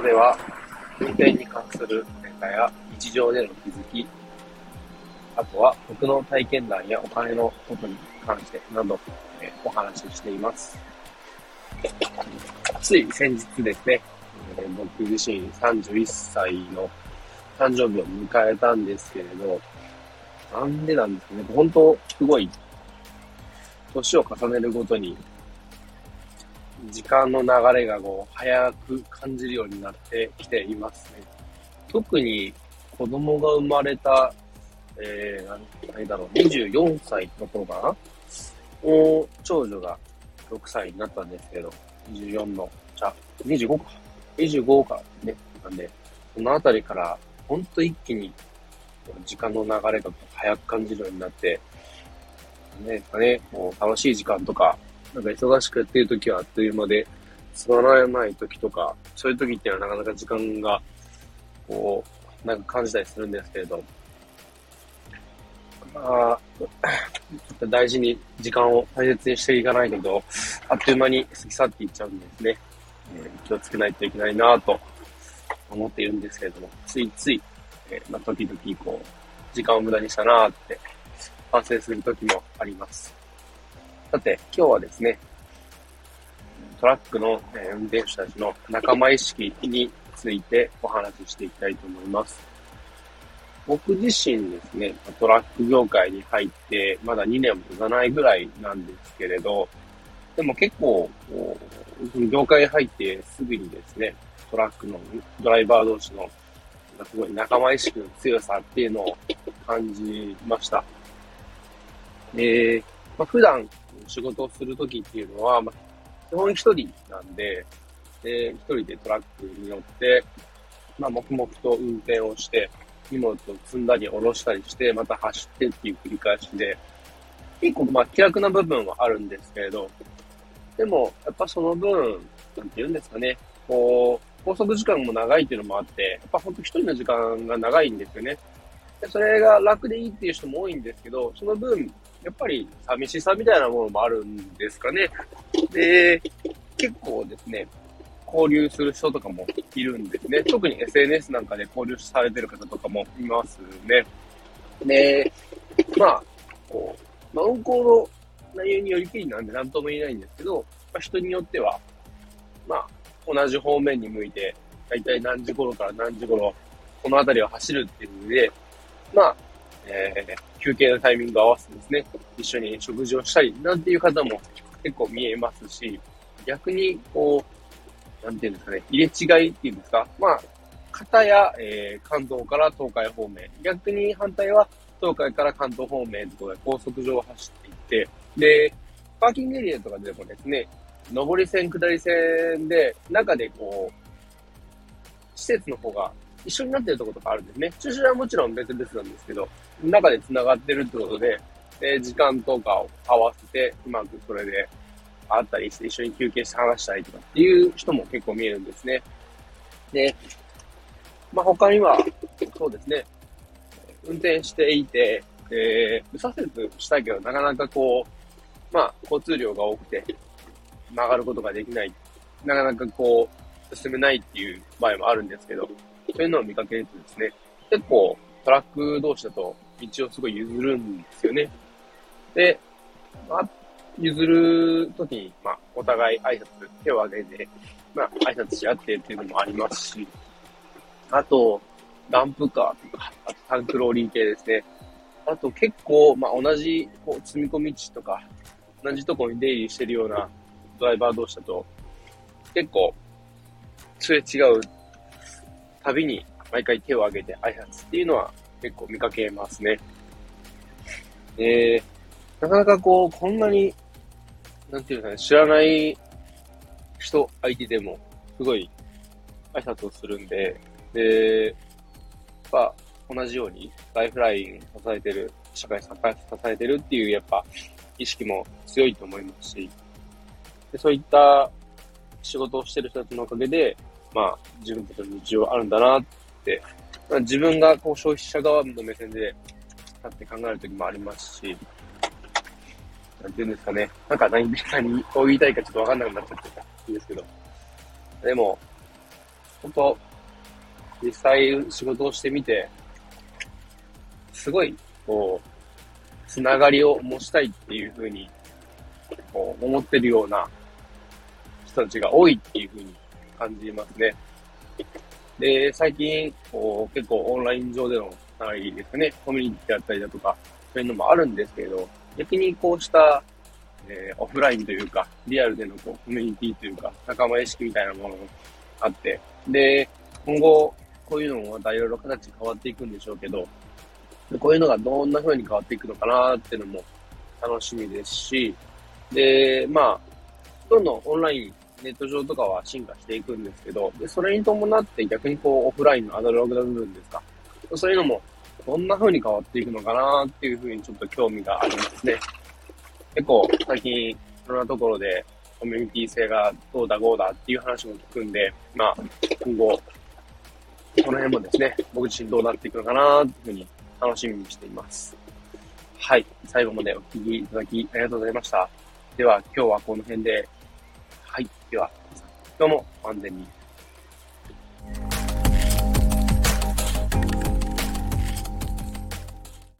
では、運転に関するネタや日常での気づき、あとは僕の体験談やお金のことに関してなど、お話ししています。つい先日ですね、僕自身31歳の誕生日を迎えたんですけれど、なんでなんですかね、本当すごい年を重ねるごとに時間の流れが早く感じるようになってきていますね。特に子供が生まれた、何だろう、24歳の頃かな、長女が6歳になったんですけど、24の、25か。25かね。なんで、そのあたりから、ほんと一気に時間の流れが早く感じるようになって、もう楽しい時間とか、なんか忙しくやってる時はあっという間で、つまらない時とか、そういう時っていうのはなかなか時間が、なんか感じたりするんですけれど、大事に時間を大切にしていかないと、あっという間に過ぎ去っていっちゃうんですね。気をつけないといけないなぁと思っているんですけれども、ついつい、時々時間を無駄にしたなぁって反省する時もあります。さて、今日はですね、トラックの運転手たちの仲間意識についてお話ししていきたいと思います。僕自身ですね、トラック業界に入ってまだ2年も経たないぐらいなんですけれど、でも結構、業界に入ってすぐにですね、トラックのドライバー同士のすごい仲間意識の強さっていうのを感じました。普段仕事をするときっていうのは、基本一人なんで、一人でトラックに乗って、黙々と運転をして、荷物を積んだり下ろしたりして、また走ってっていう繰り返しで、結構気楽な部分はあるんですけれど、でも、やっぱその分、なんて言うんですかね、拘束時間も長いっていうのもあって、やっぱほんと一人の時間が長いんですよね。でそれが楽でいいっていう人も多いんですけど、その分、やっぱり寂しさみたいなものもあるんですかね。で、結構ですね、交流する人とかもいるんですね。特に SNS なんかで交流されてる方とかもいますね。で、運行の内容によりきりなんで何とも言えないんですけど、人によっては、同じ方面に向いて、だいたい何時頃から何時頃、この辺りを走るっていうので、休憩のタイミングを合わせてですね、一緒に食事をしたり、なんていう方も結構見えますし、逆に、なんていうんですかね、入れ違いっていうんですか、片や、関東から東海方面、逆に反対は東海から関東方面とかで高速上を走っていって、で、パーキングエリアとかでもですね、上り線、下り線で、中で施設の方が一緒になってるところとかあるんですね。駐車場はもちろん別々なんですけど、中で繋がってるってことで、時間とかを合わせて、うまくそれで会ったりして一緒に休憩して話したりとかっていう人も結構見えるんですね。で、他には、そうですね、運転していて、右左折したけど、なかなか交通量が多くて、曲がることができない。なかなか進めないっていう場合もあるんですけど、そういうのを見かけるとですね、結構トラック同士だと道をすごい譲るんですよね。で、譲るときに、お互い挨拶、手を挙げて、挨拶し合ってっていうのもありますし、あと、ダンプカーとか、あとタンクローリー系ですね。あと結構、同じ、積み込み地とか、同じところに出入りしてるようなドライバー同士だと、結構、すれ違うたびに毎回手を挙げて挨拶っていうのは結構見かけますね。なかなかこんなに、なんていうかね、知らない人相手でも、すごい挨拶をするんで、で、同じようにライフラインを支えてる、社会支えてるっていうやっぱ意識も強いと思いますし、でそういった仕事をしてる人たちのおかげで、自分たちの日常あるんだなって、自分が消費者側の目線で立って考えるときもありますし、なんていうんですかね。何を言いたいかちょっとわかんなくなっちゃってたんですけど。でも、 本当、実際仕事をしてみて、すごい、こう、つながりを持ちたいっていうふうに、こう、思ってるような人たちが多いっていうふうに感じますね。で、最近、こう、結構オンライン上でのつながりですかね、コミュニティだったりだとか、そういうのもあるんですけれど、逆にこうした、オフラインというか、リアルでのこうコミュニティというか、仲間意識みたいなものがあって、で、今後、こういうのもまたいろいろ形変わっていくんでしょうけど、こういうのがどんな風に変わっていくのかなっていうのも楽しみですし、で、まあ、どんどんオンライン、ネット上とかは進化していくんですけど、で、それに伴って逆にこう、オフラインのアナログな部分ですか。そういうのも、どんな風に変わっていくのかなっていう風にちょっと興味がありますね。結構、最近、いろんなところで、コミュニティ性がどうだこうだっていう話も聞くんで、まあ、今後、この辺もですね、僕自身どうなっていくのかなっていう風に楽しみにしています。はい。最後までお聞きいただきありがとうございました。では、今日はこの辺で、はい。では、今日も安全に